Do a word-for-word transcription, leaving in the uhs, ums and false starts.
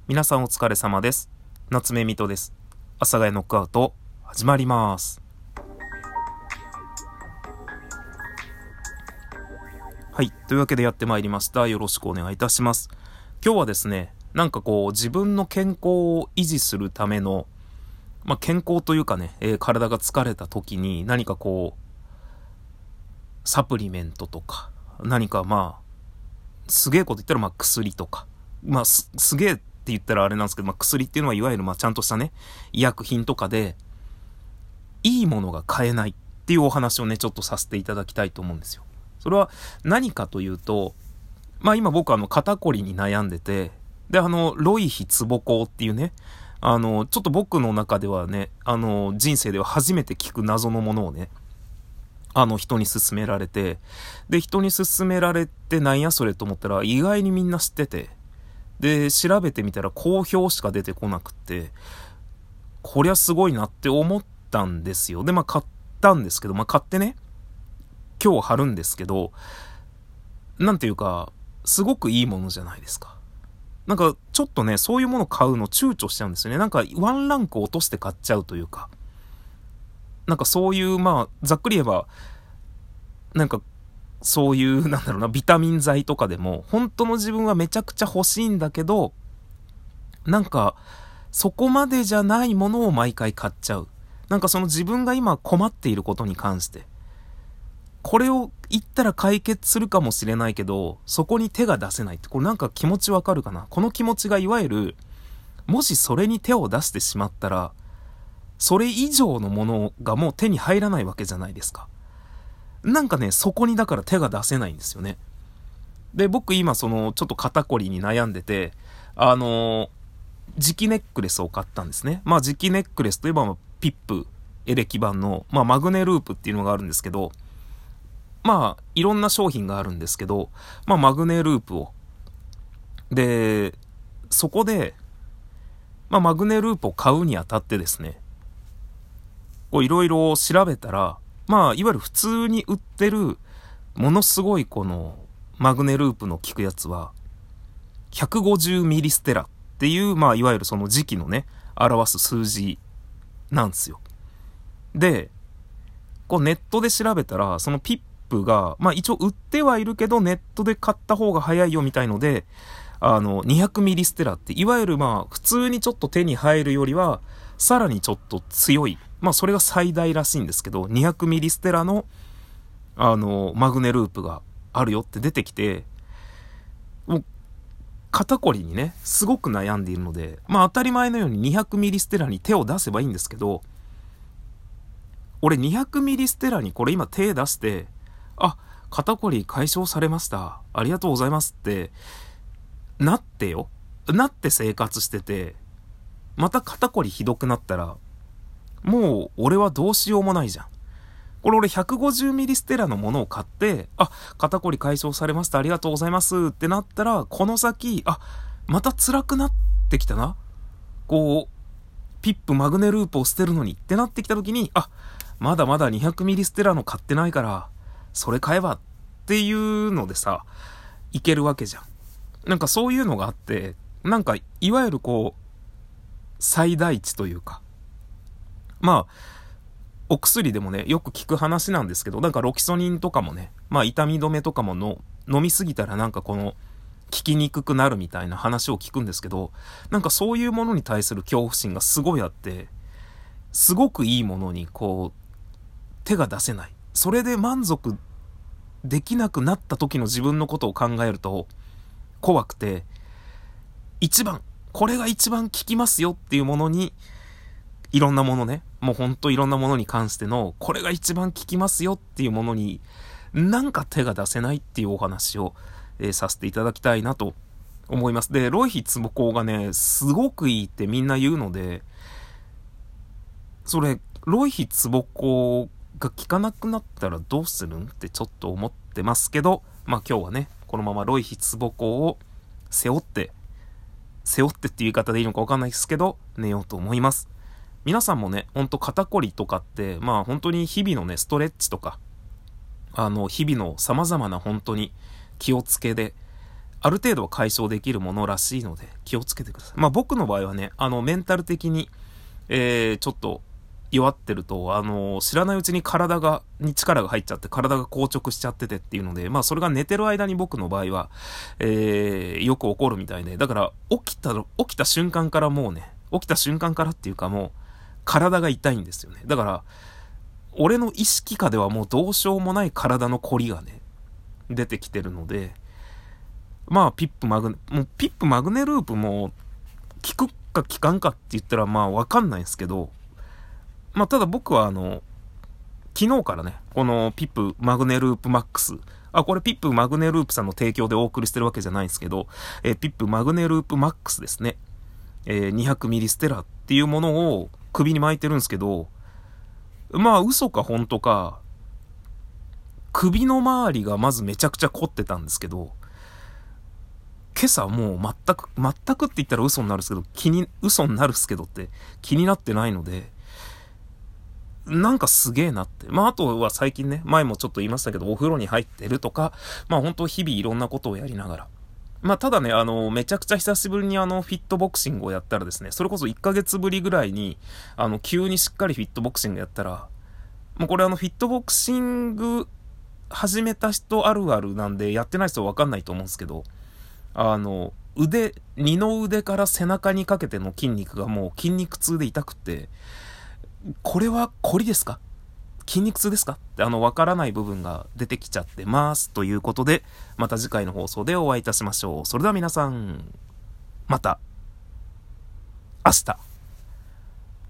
皆さんお疲れ様です。夏目みとです。阿佐ヶ谷ノックアウト始まります。はい、というわけでやってまいりました。よろしくお願いいたします。今日はですね、なんかこう自分の健康を維持するための、まあ、健康というかね、えー、体が疲れた時に何かこうサプリメントとか何かまあすげえこと言ったらまあ薬とか、まあす、すげえって言ったらあれなんですけど、まあ、薬っていうのはいわゆるまあちゃんとしたね医薬品とかでいいものが買えないっていうお話をねちょっとさせていただきたいと思うんですよ。それは何かというと、まあ今僕はあの肩こりに悩んでて、であのロイヒツボコっていうね、あのちょっと僕の中ではね、あの人生では初めて聞く謎のものをね、あの人に勧められて、で人に勧められてなんやそれと思ったら意外にみんな知ってて、で調べてみたら好評しか出てこなくって、こりゃすごいなって思ったんですよ。でまあ買ったんですけど、まあ買ってね今日貼るんですけど、なんていうかすごくいいものじゃないですか。なんかちょっとねそういうもの買うの躊躇しちゃうんですよね。なんかワンランク落として買っちゃうというか、なんかそういうまあざっくり言えばなんかそういうなんだろうな、ビタミン剤とかでも本当の自分はめちゃくちゃ欲しいんだけど、なんかそこまでじゃないものを毎回買っちゃう。なんかその自分が今困っていることに関してこれを言ったら解決するかもしれないけどそこに手が出せないって、これなんか気持ちわかるかな。この気持ちがいわゆる、もしそれに手を出してしまったらそれ以上のものがもう手に入らないわけじゃないですか。なんかねそこにだから手が出せないんですよね。で僕今そのちょっと肩こりに悩んでて、あのー、磁気ネックレスを買ったんですね。まあ磁気ネックレスといえばピップエレキ版の、まあ、マグネループっていうのがあるんですけど、まあいろんな商品があるんですけど、まあマグネループをでそこで、まあ、マグネループを買うにあたってですね、こういろいろ調べたら、まあいわゆる普通に売ってるものすごいこのマグネループの効くやつはひゃくごじゅうミリステラっていう、まあいわゆるその磁気のね表す数字なんですよ。でこうネットで調べたらそのピップがまあ一応売ってはいるけどネットで買った方が早いよみたいので、あのにひゃくミリステラっていわゆるまあ普通にちょっと手に入るよりはさらにちょっと強い、まあそれが最大らしいんですけど、にひゃくミリステラのあのマグネループがあるよって出てきて、もう肩こりにねすごく悩んでいるので、まあ当たり前のようににひゃくミリステラに手を出せばいいんですけど、俺にひゃくミリステラにこれ今手出して、あ、肩こり解消されました、ありがとうございますってなってよ、なって生活してて、また肩こりひどくなったらもう俺はどうしようもないじゃん。これ俺ひゃくごじゅうミリステラのものを買って、あ、肩こり解消されました、ありがとうございますってなったら、この先、あ、また辛くなってきたな、こうピップマグネループを捨てるのにってなってきた時に、あ、まだまだにひゃくミリステラの買ってないからそれ買えばっていうのでさいけるわけじゃん。なんかそういうのがあって、なんかいわゆるこう最大値というか、まあお薬でもねよく聞く話なんですけど、なんかロキソニンとかもね、まあ痛み止めとかもの飲みすぎたらなんかこの効きにくくなるみたいな話を聞くんですけど、なんかそういうものに対する恐怖心がすごいあって、すごくいいものにこう手が出せない、それで満足できなくなった時の自分のことを考えると怖くて、一番これが一番効きますよっていうものに、いろんなものね、もうほんといろんなものに関してのこれが一番効きますよっていうものになんか手が出せないっていうお話を、えー、させていただきたいなと思います。でロイヒツボコがねすごくいいってみんな言うので、それロイヒツボコが効かなくなったらどうするんってちょっと思ってますけど、まあ今日はねこのままロイヒツボコを背負って背負ってっていう言い方でいいのか分かんないですけど寝ようと思います。皆さんもねほんと肩こりとかってまあ本当に日々のねストレッチとかあの日々の様々な本当に気をつけである程度は解消できるものらしいので、気をつけてください。まあ僕の場合はね、あの、メンタル的に、えー、ちょっと弱ってると、あの、知らないうちに体が、に力が入っちゃって、体が硬直しちゃっててっていうので、まあそれが寝てる間に僕の場合は、えー、よく起こるみたいで、だから起きた、起きた瞬間からもうね、起きた瞬間からっていうかもう、体が痛いんですよね。だから、俺の意識下ではもうどうしようもない体の凝りがね、出てきてるので、まあ、ピップマグネ、もうピップマグネループも、効くか効かんかって言ったらまあわかんないんですけど、まあただ僕はあの、昨日からね、このピップマグネループマックス、あ、これピップマグネループさんの提供でお送りしてるわけじゃないんですけど、えー、ピップマグネループマックスですね。えー、にひゃくミリステラっていうものを首に巻いてるんですけど、まあ嘘か本当か、首の周りがまずめちゃくちゃ凝ってたんですけど、今朝もう全く、全くって言ったら嘘になるんですけど、気に、嘘になるっすけどって気になってないので、なんかすげえなって。まああとは最近ね、前もちょっと言いましたけど、お風呂に入ってるとか、まあ本当日々いろんなことをやりながら。まあただね、あの、めちゃくちゃ久しぶりにあの、フィットボクシングをやったらですね、それこそいっかげつぶりぐらいに、あの、急にしっかりフィットボクシングやったら、もうこれあの、フィットボクシング始めた人あるあるなんで、やってない人わかんないと思うんですけど、あの、腕、二の腕から背中にかけての筋肉がもう筋肉痛で痛くって、これは凝りですか？筋肉痛ですかって、あの、わからない部分が出てきちゃってます。ということで、また次回の放送でお会いいたしましょう。それでは皆さん、また、明日。